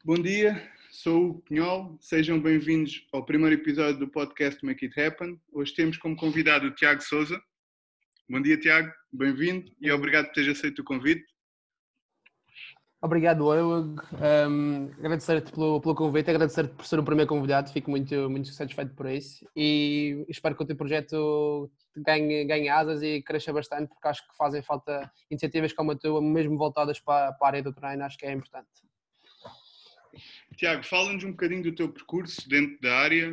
Bom dia, sou o Pinhol, sejam bem-vindos ao primeiro episódio do podcast Make It Happen. Hoje temos como convidado o Tiago Sousa. Bom dia, Tiago, bem-vindo e obrigado por teres aceito o convite. Obrigado, eu. Agradecer-te pelo convite, agradecer-te por ser o primeiro convidado, fico muito satisfeito por isso e espero que o teu projeto ganhe asas e cresça bastante, porque acho que fazem falta iniciativas como a tua, mesmo voltadas para a área do treino, acho que é importante. Tiago, fala-nos um bocadinho do teu percurso dentro da área.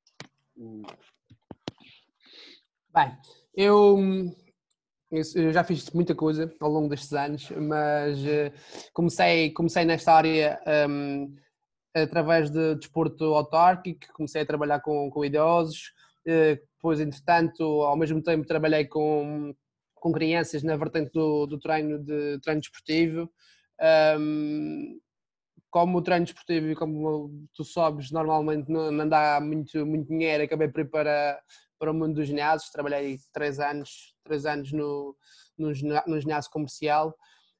Bem, eu já fiz muita coisa ao longo destes anos, mas comecei nesta área através de desporto autárquico, comecei a trabalhar com idosos, depois, entretanto, ao mesmo tempo trabalhei com crianças na vertente do treino desportivo. Como o treino desportivo e como tu sabes, normalmente não dá muito dinheiro, acabei por ir para o mundo dos ginásios, trabalhei 3 anos no ginásio comercial.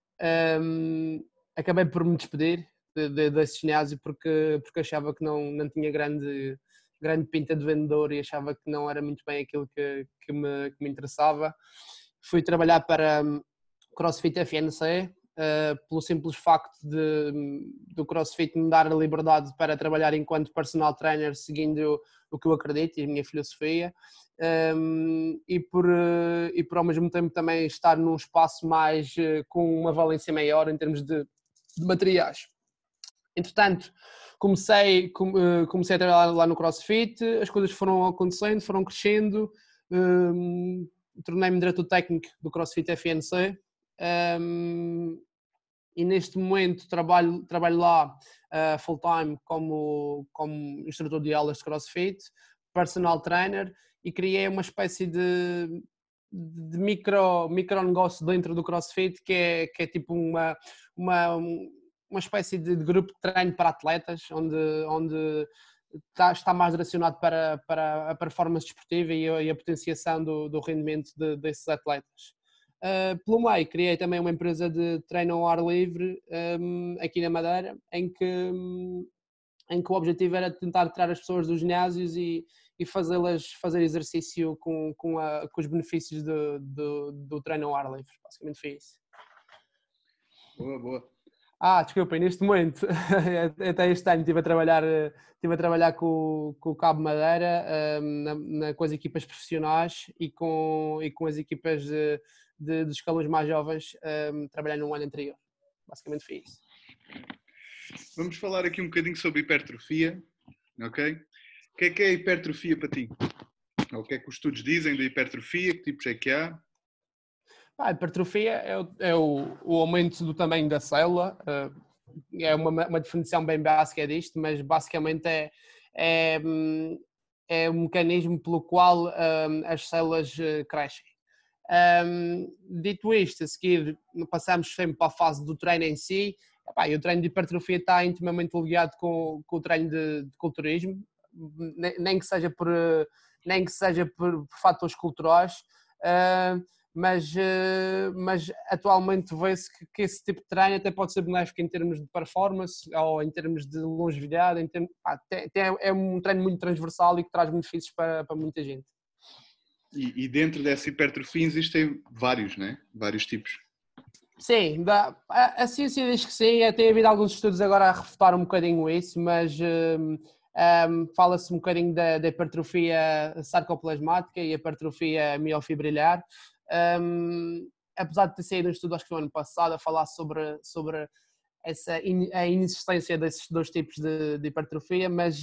Acabei por me despedir desse ginásio porque achava que não tinha grande pinta de vendedor e achava que não era muito bem aquilo que me interessava. Fui trabalhar para CrossFit FNC, pelo simples facto do CrossFit me dar a liberdade para trabalhar enquanto personal trainer, seguindo o que eu acredito e a minha filosofia, e por ao mesmo tempo também estar num espaço mais com uma valência maior em termos de materiais. Entretanto, comecei a trabalhar lá no CrossFit, as coisas foram acontecendo, foram crescendo, tornei-me diretor técnico do CrossFit FNC. E neste momento trabalho lá full time como instrutor de aulas de CrossFit, personal trainer, e criei uma espécie de micro negócio dentro do CrossFit que é tipo uma espécie de grupo de treino para atletas, onde está mais direcionado para a performance desportiva e a potenciação do rendimento desses atletas. Pelo meio, criei também uma empresa de treino ao ar livre aqui na Madeira, em que o objetivo era tentar tirar as pessoas dos ginásios e fazê-las fazer exercício com os benefícios do treino ao ar livre. Basicamente foi isso. Boa. Desculpem, neste momento, até este ano estive a trabalhar com o Cabo Madeira com as equipas profissionais e com as equipas dos escalões mais jovens, trabalhar no ano anterior. Basicamente foi isso. Vamos falar aqui um bocadinho sobre hipertrofia, ok? O que é a hipertrofia para ti? O que é que os estudos dizem da hipertrofia? Que tipos é que há? A hipertrofia é o aumento do tamanho da célula, é uma definição bem básica disto, mas basicamente é um mecanismo pelo qual as células crescem. Dito isto, a seguir passamos sempre para a fase do treino em si. E o treino de hipertrofia está intimamente ligado com o treino de culturismo, nem que seja por fatores culturais, mas atualmente vê-se que esse tipo de treino até pode ser benéfico em termos de performance ou em termos de longevidade. É um treino muito transversal e que traz benefícios para muita gente. E dentro dessa hipertrofia existem vários, né? Vários tipos. Sim, a ciência diz que sim, tem havido alguns estudos agora a refutar um bocadinho isso, mas fala-se um bocadinho da hipertrofia sarcoplasmática e hipertrofia miofibrilhar. Apesar de ter saído um estudo, acho que no ano passado, a falar sobre a inexistência desses dois tipos de hipertrofia, mas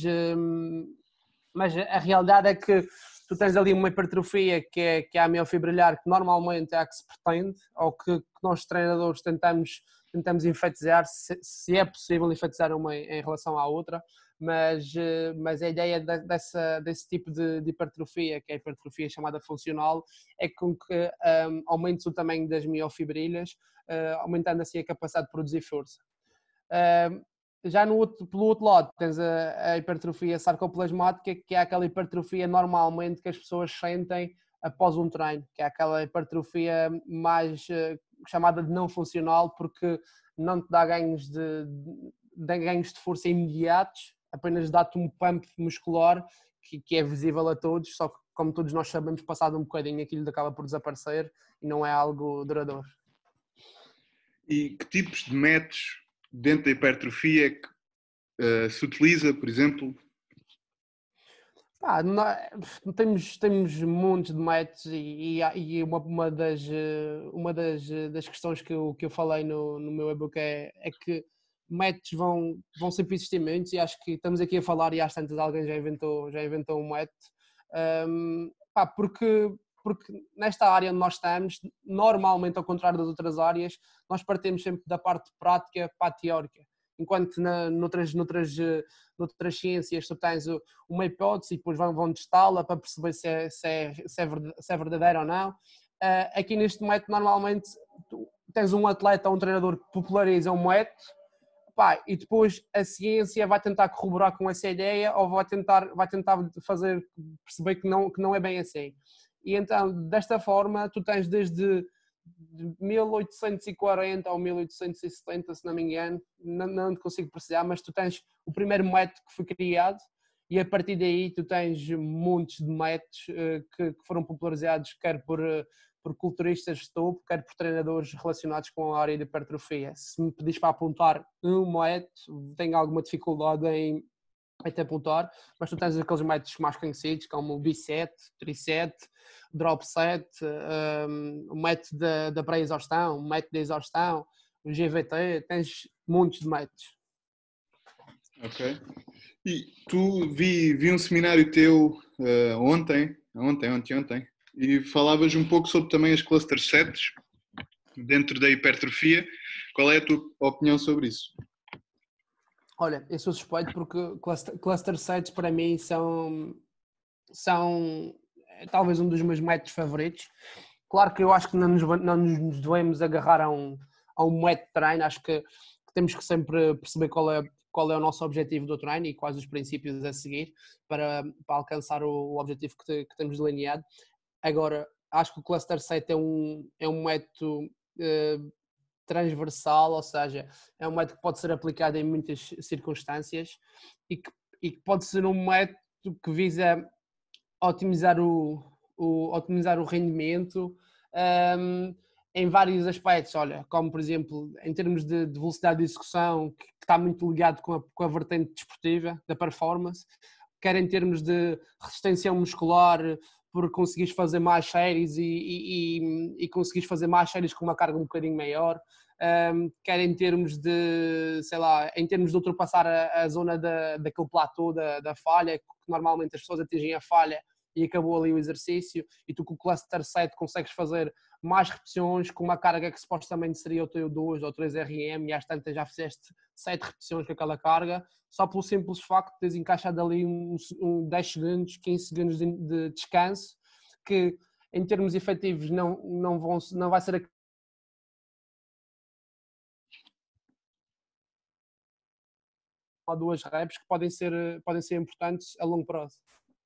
a realidade é que tu tens ali uma hipertrofia que é a miofibrilhar, que normalmente é a que se pretende, ou que nós treinadores tentamos enfatizar, se é possível enfatizar uma em relação à outra, mas a ideia desse tipo de hipertrofia, que é a hipertrofia chamada funcional, é com que aumente o tamanho das miofibrilhas, aumentando assim a capacidade de produzir força. Já pelo outro lado tens a hipertrofia sarcoplasmática, que é aquela hipertrofia normalmente que as pessoas sentem após um treino, que é aquela hipertrofia mais chamada de não funcional, porque não te dá ganhos ganhos de força imediatos, apenas dá-te um pump muscular que é visível a todos, só que como todos nós sabemos, passado um bocadinho aquilo acaba por desaparecer e não é algo duradouro. E que tipos de métodos dentro da hipertrofia é que se utiliza, por exemplo? Temos montes de métodos e uma das questões que eu falei no meu e-book é que métodos vão sempre existir muitos e acho que estamos aqui a falar e às tantas alguém já inventou um método. Porque nesta área onde nós estamos, normalmente ao contrário das outras áreas, nós partimos sempre da parte prática para a teórica. Enquanto noutras ciências tu tens uma hipótese e depois vão testá-la para perceber se é verdadeira ou não. Aqui neste método normalmente tu tens um atleta ou um treinador que populariza um método, e depois a ciência vai tentar corroborar com essa ideia ou vai tentar fazer perceber que não é bem assim. E então, desta forma, tu tens desde 1840 ou 1870, se não me engano, não consigo precisar, mas tu tens o primeiro método que foi criado e a partir daí tu tens montes de métodos que foram popularizados quer por culturistas de topo, quer por treinadores relacionados com a área de hipertrofia. Se me pedis para apontar um método, tenho alguma dificuldade em te apontar, mas tu tens aqueles métodos mais conhecidos como o B7, Tri7, Drop 7, o método da pré-exaustão, o método de exaustão, o GVT, tens montes de métodos. Ok. E tu vi um seminário teu ontem, e falavas um pouco sobre também as cluster sets dentro da hipertrofia. Qual é a tua opinião sobre isso? Olha, eu sou suspeito porque cluster sets para mim são talvez um dos meus métodos favoritos. Claro que eu acho que não nos devemos agarrar a um método de treino, acho que temos que sempre perceber qual é o nosso objetivo do treino e quais os princípios a seguir para alcançar o objetivo que temos delineado. Agora, acho que o cluster set é um método transversal, ou seja, é um método que pode ser aplicado em muitas circunstâncias e que pode ser um método que visa otimizar o rendimento em vários aspectos, olha, como por exemplo em termos de velocidade de execução, que está muito ligado com a vertente desportiva, da performance, quer em termos de resistência muscular, por conseguires fazer mais séries e conseguires fazer mais séries com uma carga um bocadinho maior, quer em termos de, sei lá, em termos de ultrapassar a zona daquele platô da falha, que normalmente as pessoas atingem a falha e acabou ali o exercício, e tu com o cluster set consegues fazer mais repetições com uma carga que supostamente seria o teu 2 ou 3 RM e às tantas já fizeste 7 repetições com aquela carga, só pelo simples facto de teres encaixado ali 10 segundos, 15 segundos de descanso, que em termos efetivos não vai ser a 2 reps que podem ser importantes a longo prazo.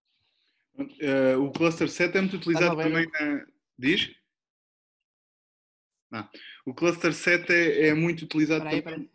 O cluster set é muito utilizado também Diz? Não. O cluster set é muito utilizado também.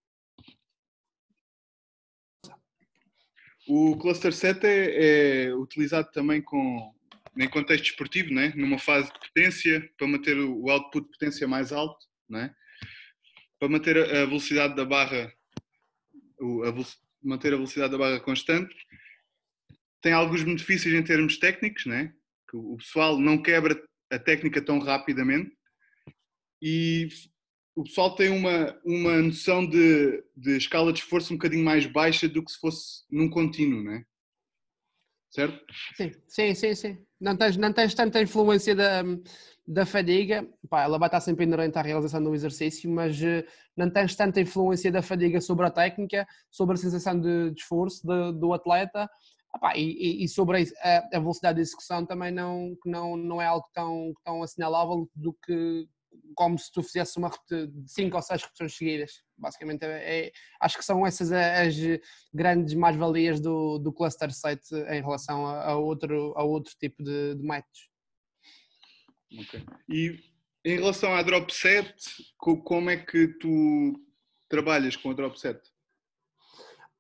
O cluster set é utilizado também em contexto esportivo, né? Numa fase de potência, para manter o output de potência mais alto, né? Para manter a velocidade da barra, manter a velocidade da barra constante. Tem alguns benefícios em termos técnicos, né? Que o pessoal não quebra a técnica tão rapidamente e o pessoal tem uma noção de escala de esforço um bocadinho mais baixa do que se fosse num contínuo, não é? Certo? Sim. Não tens tanta influência da fadiga, ela vai estar sempre inerente à realização do exercício, mas não tens tanta influência da fadiga sobre a técnica, sobre a sensação de esforço do atleta, e sobre a velocidade de execução também não é algo tão assinalável do que como se tu fizesse 5 ou 6 repetições seguidas. Basicamente, acho que são essas as grandes mais-valias do cluster set em relação a outro tipo de métodos. Okay. E em relação à drop set, como é que tu trabalhas com a drop set?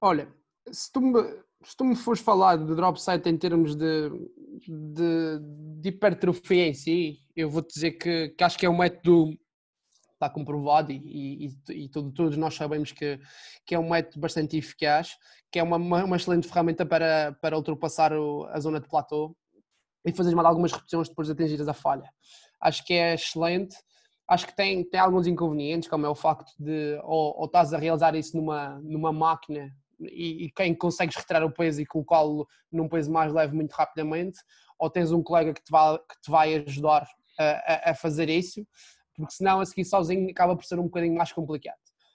Olha, se tu me fores falar de drop set em termos de hipertrofia em si, eu vou-te dizer que acho que é um método está comprovado e todos nós sabemos que é um método bastante eficaz, que é uma excelente ferramenta para ultrapassar a zona de platô e fazer mais algumas repetições depois de atingires a falha. Acho que é excelente. Acho que tem alguns inconvenientes, como é o facto de ou estás a realizar isso numa máquina e quem consegues retirar o peso e colocá-lo num peso mais leve muito rapidamente, ou tens um colega que te vai ajudar a fazer isso, porque senão a seguir sozinho acaba por ser um bocadinho mais complicado.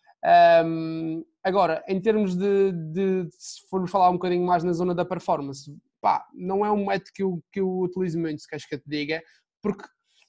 Agora, em termos se formos falar um bocadinho mais na zona da performance, pá, não é um método que eu utilizo muito, se queres que eu te diga, porque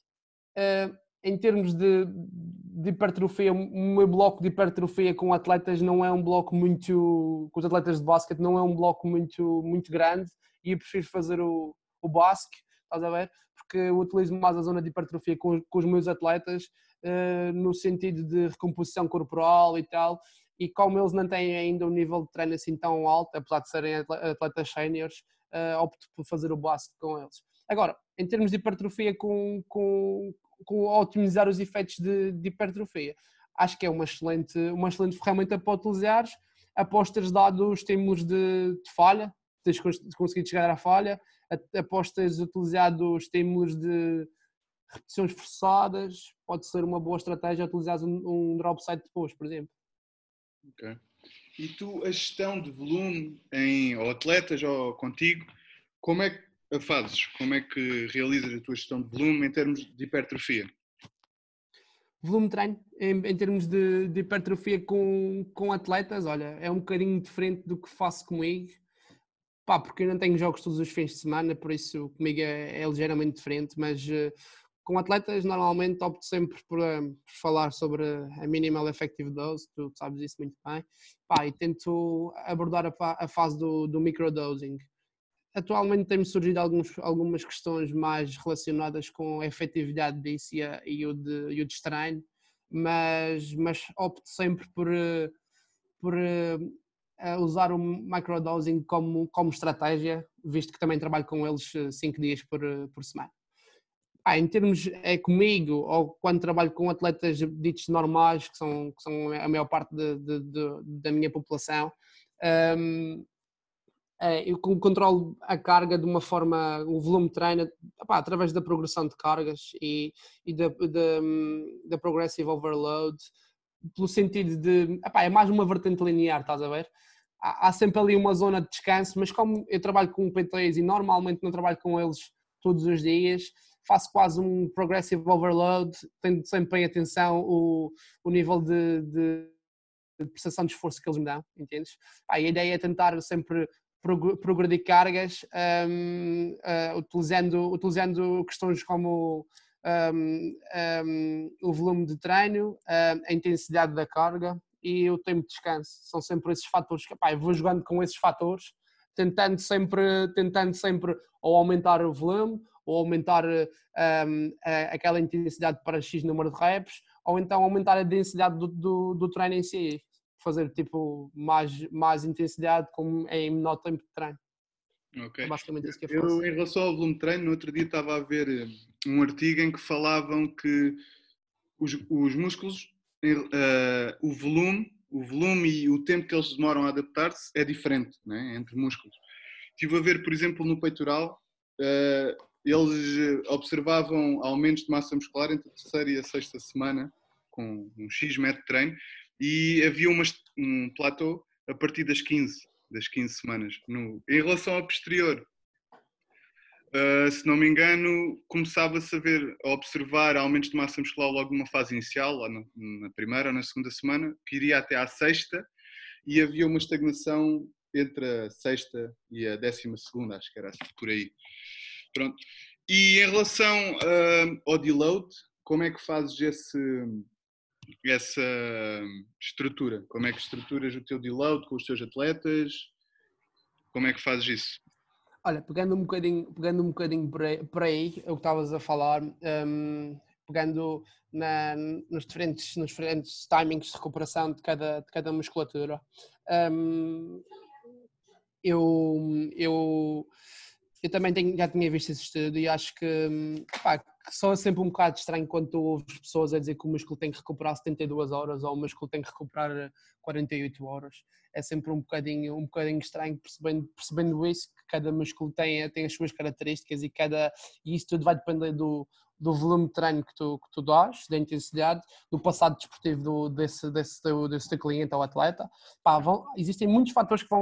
em termos de hipertrofia, o meu bloco de hipertrofia com atletas não é um bloco muito, com os atletas de basquete, não é um bloco muito grande e eu prefiro fazer o basque, estás a ver? Porque eu utilizo mais a zona de hipertrofia com os meus atletas no sentido de recomposição corporal e tal, e como eles não têm ainda um nível de treino assim tão alto, apesar de serem atletas séniores, opto por fazer o basque com eles. Agora, em termos de hipertrofia com otimizar os efeitos de hipertrofia, acho que é uma excelente ferramenta para utilizares após teres dado os estímulos de falha, teres conseguido chegar à falha, após teres utilizado os estímulos de repetições forçadas, pode ser uma boa estratégia utilizar um drop set depois, por exemplo. Ok. E tu, a gestão de volume ou atletas ou contigo, como é que a fazes? Como é que realizas a tua gestão de volume em termos de hipertrofia? Volume de treino, em termos de hipertrofia com atletas, olha, é um bocadinho diferente do que faço comigo. Pá, porque eu não tenho jogos todos os fins de semana, por isso comigo é ligeiramente diferente, mas com atletas normalmente opto sempre por falar sobre a minimal effective dose, tu sabes isso muito bem, pá, e tento abordar a fase do microdosing. Atualmente tem-me surgido algumas questões mais relacionadas com a efetividade disso e o de treino, mas opto sempre por usar o microdosing como estratégia, visto que também trabalho com eles 5 dias por semana. Em termos comigo, ou quando trabalho com atletas ditos normais, que são a maior parte da minha população, eu controlo a carga de uma forma, o volume de treino, através da progressão de cargas e da progressive overload, pelo sentido de, é mais uma vertente linear, estás a ver? Há sempre ali uma zona de descanso, mas como eu trabalho com PTs e normalmente não trabalho com eles todos os dias, faço quase um progressive overload, tendo sempre em atenção o nível de prestação de esforço que eles me dão, entendes? A ideia é tentar sempre progredir cargas utilizando questões como o volume de treino, a intensidade da carga e o tempo de descanso. São sempre esses fatores que eu vou jogando com esses fatores, tentando sempre ou aumentar o volume ou aumentar aquela intensidade para X número de reps, ou então aumentar a densidade do treino em si, fazer tipo mais intensidade em menor tempo de treino. Okay. É basicamente isso que eu Eu, faço. em relação ao volume de treino, no outro dia estava a ver um artigo em que falavam que os músculos, o volume e o tempo que eles demoram a adaptar-se é diferente, né, entre músculos. Estive a ver, por exemplo, no peitoral, eles observavam aumentos de massa muscular entre a terceira e a sexta semana, com um X método de treino, e havia um platô a partir das 15 semanas. Em relação ao posterior, se não me engano, começava-se a observar aumentos de massa muscular logo numa fase inicial, lá na primeira ou na segunda semana, que iria até à sexta, e havia uma estagnação entre a sexta e a 12ª, acho que era por aí. Pronto. E em relação ao deload, como é que fazes essa estrutura? Como é que estruturas o teu deload com os teus atletas? Como é que fazes isso? Olha, pegando um bocadinho por aí, é o que estavas a falar, pegando nos diferentes timings de recuperação de cada musculatura. Eu também já tinha visto esse estudo e acho que, pá, que só é sempre um bocado estranho quando tu ouves pessoas a dizer que o músculo tem que recuperar 72 horas ou o músculo tem que recuperar 48 horas. É sempre um bocadinho estranho, percebendo isso, que cada músculo tem as suas características e isso tudo vai depender do volume de treino que tu dás, da intensidade, do passado desportivo desse teu cliente ou atleta. Pá, existem muitos fatores que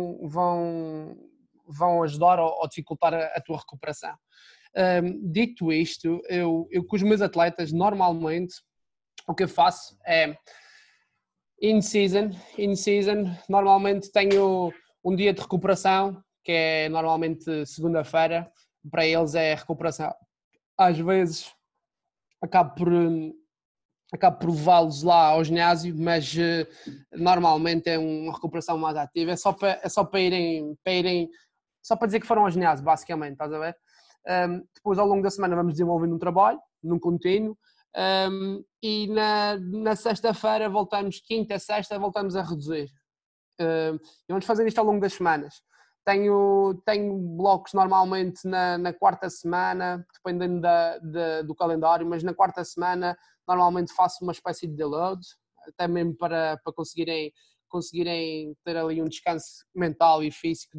vão ajudar ou dificultar a tua recuperação. Dito isto, eu com os meus atletas, normalmente, o que eu faço é, in season, normalmente tenho um dia de recuperação, que é normalmente segunda-feira, para eles é recuperação. Às vezes acabo por levá-los lá ao ginásio, mas normalmente é uma recuperação mais ativa, é só para irem, só para dizer que foram ao ginásio, basicamente, estás a ver? Depois, ao longo da semana, vamos desenvolvendo um trabalho, num contínuo, e na sexta-feira voltamos, quinta, sexta, voltamos a reduzir. E vamos fazendo isto ao longo das semanas. Tenho blocos normalmente na quarta semana, dependendo do calendário, mas na quarta semana normalmente faço uma espécie de deload, até mesmo para conseguirem ter ali um descanso mental e físico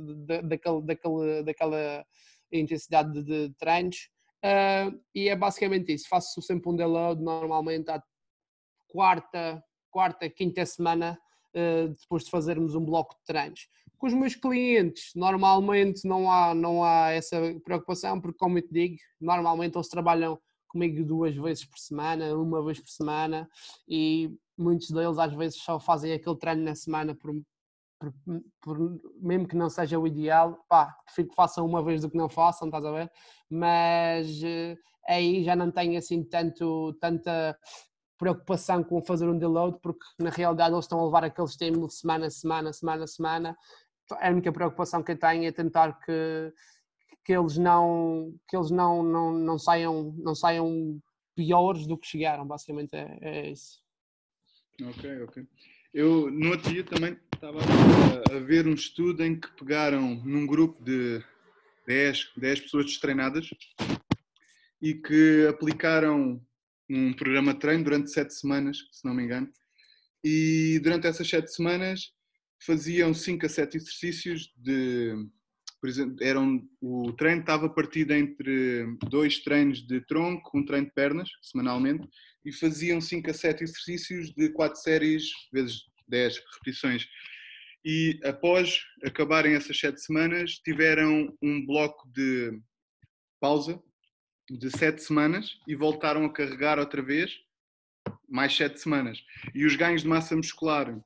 daquela intensidade de treinos. E é basicamente isso, faço sempre um deload normalmente à quarta, quinta semana, depois de fazermos um bloco de treinos. Com os meus clientes, normalmente não há essa preocupação, porque, como eu te digo, normalmente eles trabalham comigo 2 vezes por semana, 1 vez por semana, e muitos deles às vezes só fazem aquele treino na semana mesmo que não seja o ideal, pá, prefiro que façam 1 vez do que não façam, estás a ver? Mas aí já não tenho assim tanta preocupação com fazer um deload, porque na realidade eles estão a levar aquele estímulo semana a semana. A única preocupação que eu tenho é tentar que eles não saiam piores do que chegaram, basicamente é isso. Ok. Eu no outro dia também estava a ver um estudo em que pegaram num grupo de 10 pessoas destreinadas e que aplicaram um programa de treino durante 7 semanas, se não me engano, e durante essas 7 semanas faziam 5 a 7 exercícios por exemplo, o treino estava partido entre 2 treinos de tronco, 1 treino de pernas, semanalmente, e faziam 5 a 7 exercícios de 4 séries vezes 10 repetições. E após acabarem essas 7 semanas, tiveram um bloco de pausa de 7 semanas e voltaram a carregar outra vez mais 7 semanas. E os ganhos de massa muscular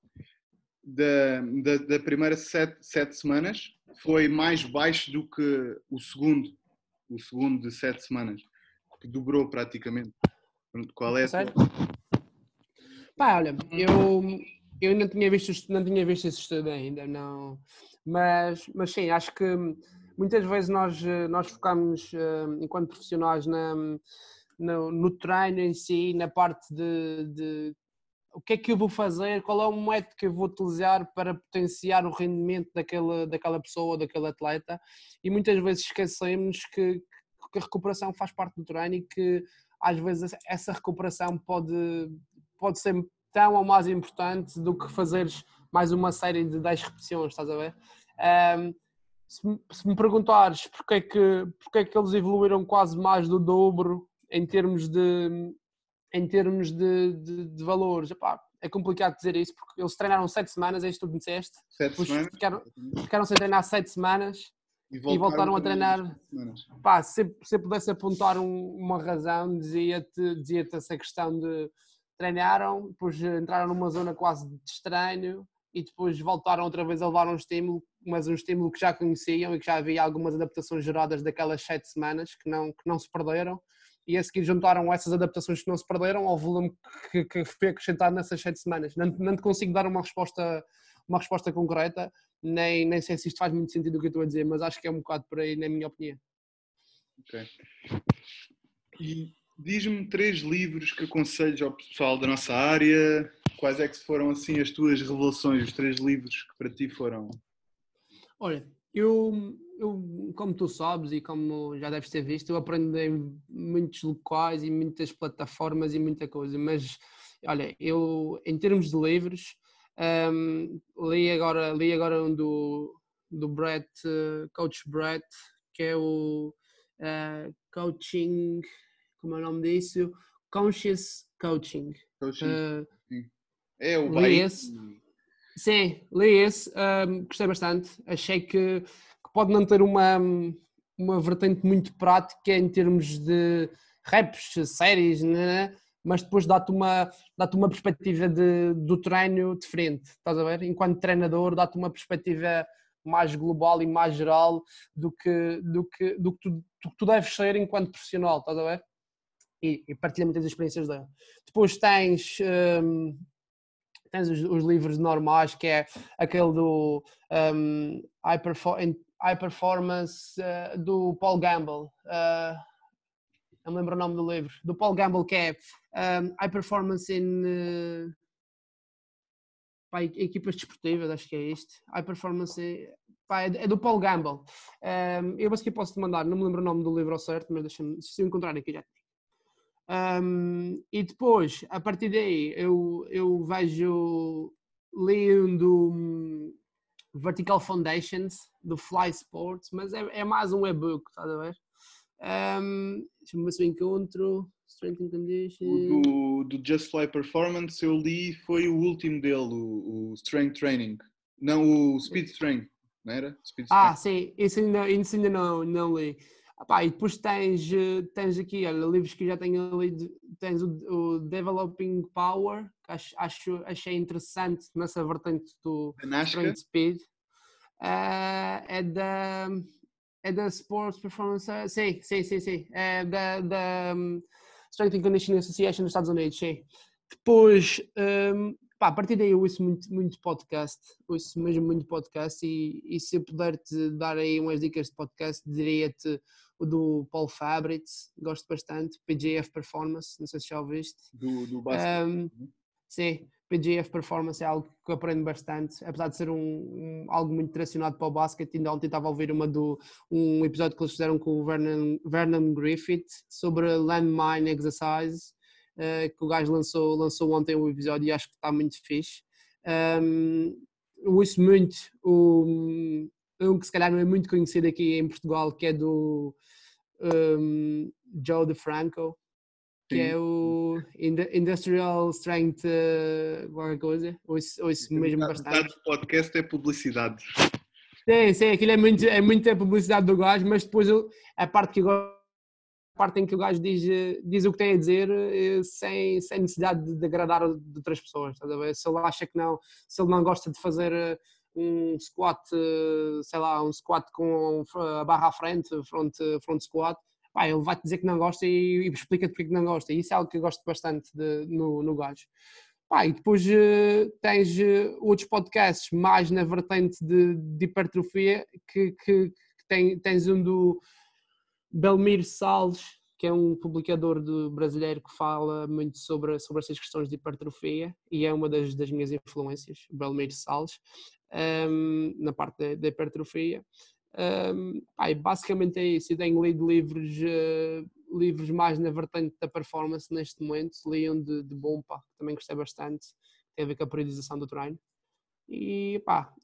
da primeira 7 semanas foi mais baixo do que o segundo de 7 semanas, que dobrou praticamente. Qual é a tua? Pá, olha, eu não tinha visto esse estudo ainda, não. Mas sim, acho que muitas vezes nós focamos, enquanto profissionais, no treino em si, na parte de o que é que eu vou fazer, qual é o método que eu vou utilizar para potenciar o rendimento daquela pessoa, daquele atleta, e muitas vezes esquecemos que a recuperação faz parte do treino e que às vezes essa recuperação pode ser tão ou mais importante do que fazeres mais uma série de 10 repetições, estás a ver? Se me perguntares porque é que eles evoluíram quase mais do dobro em termos de valores, epá, é complicado dizer isso, porque eles treinaram 7 semanas, é isto que tu me disseste, 7 semanas. Ficaram sem treinar 7 semanas e voltaram a treinar. Pá, se eu pudesse apontar uma razão, dizia-te essa questão de treinaram, depois entraram numa zona quase de estranho e depois voltaram outra vez a levar um estímulo, mas um estímulo que já conheciam e que já havia algumas adaptações geradas daquelas 7 semanas que não se perderam. E a seguir juntaram essas adaptações que não se perderam ao volume que foi acrescentado nessas 7 semanas. Não te consigo dar uma resposta concreta, nem sei se isto faz muito sentido o que eu estou a dizer, mas acho que é um bocado por aí, na minha opinião. Ok. E Diz-me 3 livros que aconselhos ao pessoal da nossa área. Quais é que foram assim as tuas revelações, os 3 livros que para ti foram? Olha, eu, como tu sabes e como já deves ter visto, eu aprendo em muitos locais e muitas plataformas e muita coisa, mas olha, eu em termos de livros, li agora um do Brett, Coach Brett, que é o Coaching, como é o nome disso? Conscious Coaching. Coaching. Sim. É o Li Bahia. esse. Sim, li esse, gostei bastante. Achei que pode não ter uma vertente muito prática em termos de reps, séries, né? Mas depois dá-te uma perspectiva do treino diferente, estás a ver? Enquanto treinador, dá-te uma perspectiva mais global e mais geral do que tu deves ser enquanto profissional, estás a ver? E partilha muitas experiências dele. Depois tens os livros normais, que é aquele do High Performance do Paul Gamble. Não me lembro o nome do livro. Do Paul Gamble, que é High Performance in equipas desportivas, acho que é isto. High Performance é do Paul Gamble. Eu basicamente posso-te mandar, não me lembro o nome do livro ao certo, mas deixa-me, se eu encontrar aqui já. E depois, a partir daí, eu vejo, li um do Vertical Foundations, do Fly Sports, mas é mais um e-book, estás a ver? Deixa-me ver se eu encontro. Strength and Condition. Do Just Fly Performance eu li, foi o último dele, o Strength Training. Não, o Speed Strength, não era? Speed Strength. Sim, isso ainda não li. E depois tens aqui, olha, livros que eu já tenho lido, tens o Developing Power, que achei interessante nessa vertente do Strength Speed. É da Sports Performance, sim, é da Strength and Conditioning Association dos Estados Unidos, sim. Depois, a partir daí eu ouço muito podcast, ouço mesmo muito podcast e se eu puder te dar aí umas dicas de podcast, diria-te o do Paul Fabritz, gosto bastante, PGF Performance, não sei se já ouviste. Do basquete. Sim, PGF Performance é algo que eu aprendo bastante, apesar de ser algo muito direcionado para o basquete. Ainda ontem estava a ouvir um episódio que eles fizeram com o Vernon Griffith sobre Landmine Exercise, que o gajo lançou ontem o episódio e acho que está muito fixe. Eu ouço muito um que se calhar não é muito conhecido aqui em Portugal, que é do Joe DeFranco, que é o Industrial Strength, qualquer coisa, ouço mesmo bastante. O podcast é publicidade. Sim, aquilo é muita publicidade do gajo, mas depois a parte em que o gajo diz o que tem a dizer sem necessidade de agradar de outras pessoas, estás a ver? Se ele acha que não, se ele não gosta de fazer um squat, sei lá, um squat com a barra à frente, front squat, ele vai-te dizer que não gosta e explica-te porque que não gosta. E isso é algo que eu gosto bastante no gajo. E depois tens outros podcasts mais na vertente de hipertrofia que tens um do Belmiro Salles, que é um publicador brasileiro que fala muito sobre essas questões de hipertrofia e é uma das minhas influências, Belmiro Salles, na parte da hipertrofia. Basicamente é isso. Eu tenho lido livros mais na vertente da performance neste momento. Li um de Bompa, que também gostei bastante, tem a ver com a periodização do treino. E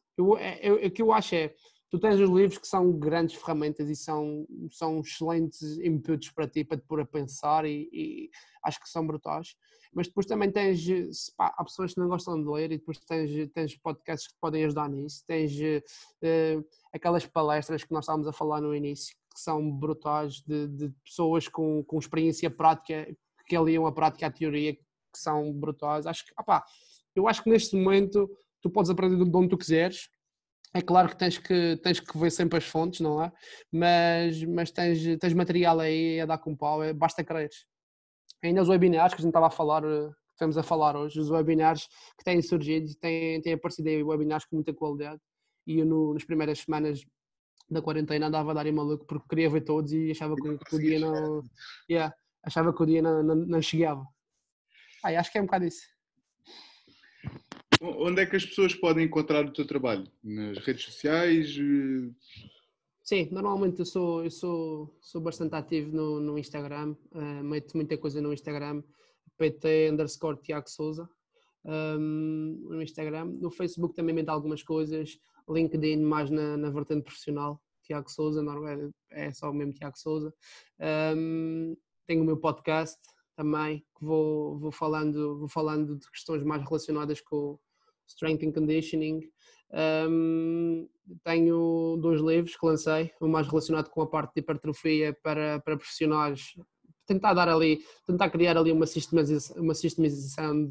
o que eu acho é, tu tens os livros que são grandes ferramentas e são excelentes inputs para ti, para te pôr a pensar e acho que são brutais, mas depois também tens, há pessoas que não gostam de ler e depois tens podcasts que te podem ajudar nisso, tens aquelas palestras que nós estávamos a falar no início, que são brutais, de pessoas com experiência prática, que aliam a prática à teoria, que são brutais. Eu acho que neste momento tu podes aprender de onde tu quiseres. É claro que tens que ver sempre as fontes, não é? Mas tens material aí a dar com pau, basta quereres. Ainda os webinars que a gente estava a falar, que estamos a falar hoje, os webinars que têm surgido, têm aparecido aí webinars com muita qualidade e eu nas primeiras semanas da quarentena andava a dar em maluco porque queria ver todos e achava que o dia não... achava que o dia não chegava. Acho que é um bocado isso. Onde é que as pessoas podem encontrar o teu trabalho? Nas redes sociais? Sim, normalmente eu sou bastante ativo no Instagram, meto muita coisa no Instagram, pt_Tiago Souza, no Instagram. No Facebook também meto algumas coisas, LinkedIn mais na vertente profissional, Tiago Souza, é só o mesmo Tiago Souza. Tenho o meu podcast também, que vou falando de questões mais relacionadas com strength and conditioning. Tenho 2 livros que lancei, um mais relacionado com a parte de hipertrofia para profissionais, tentar criar ali uma sistematização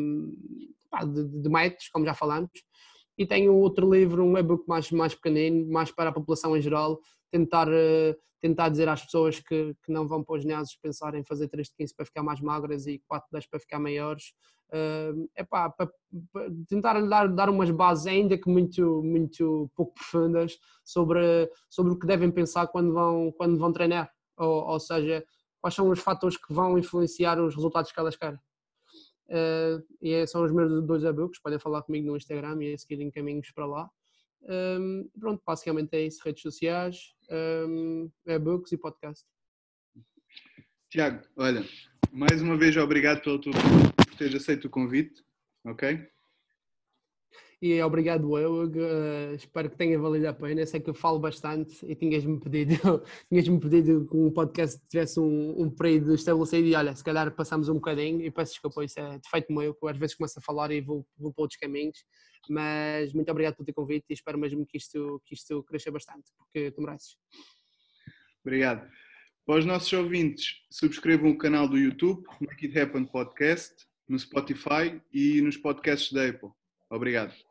de métodos, como já falamos, e tenho outro livro, um e-book mais pequenino, mais para a população em geral, tentar dizer às pessoas que não vão para os ginásios pensar em fazer 3 de 15 para ficar mais magras e 4 de 10 para ficar maiores. Para tentar dar umas bases ainda que muito pouco profundas sobre o que devem pensar quando vão treinar, ou seja, quais são os fatores que vão influenciar os resultados que elas querem. São os meus 2 e-books, podem falar comigo no Instagram e a seguir encaminhos para lá. Pronto, basicamente é isso, redes sociais, e-books e podcast. Tiago, olha, mais uma vez obrigado por teres aceito o convite, ok? E obrigado eu, espero que tenha valido a pena. Eu sei que eu falo bastante e tinhas-me pedido que um podcast tivesse um período estabelecido e olha, se calhar passamos um bocadinho e peço desculpa, isso é defeito meu, que eu às vezes começo a falar e vou para outros caminhos, mas muito obrigado pelo teu convite e espero mesmo que isto cresça bastante, porque tu mereces. Obrigado. Para os nossos ouvintes, subscrevam o canal do YouTube, Make It Happen Podcast, no Spotify e nos podcasts da Apple. Obrigado.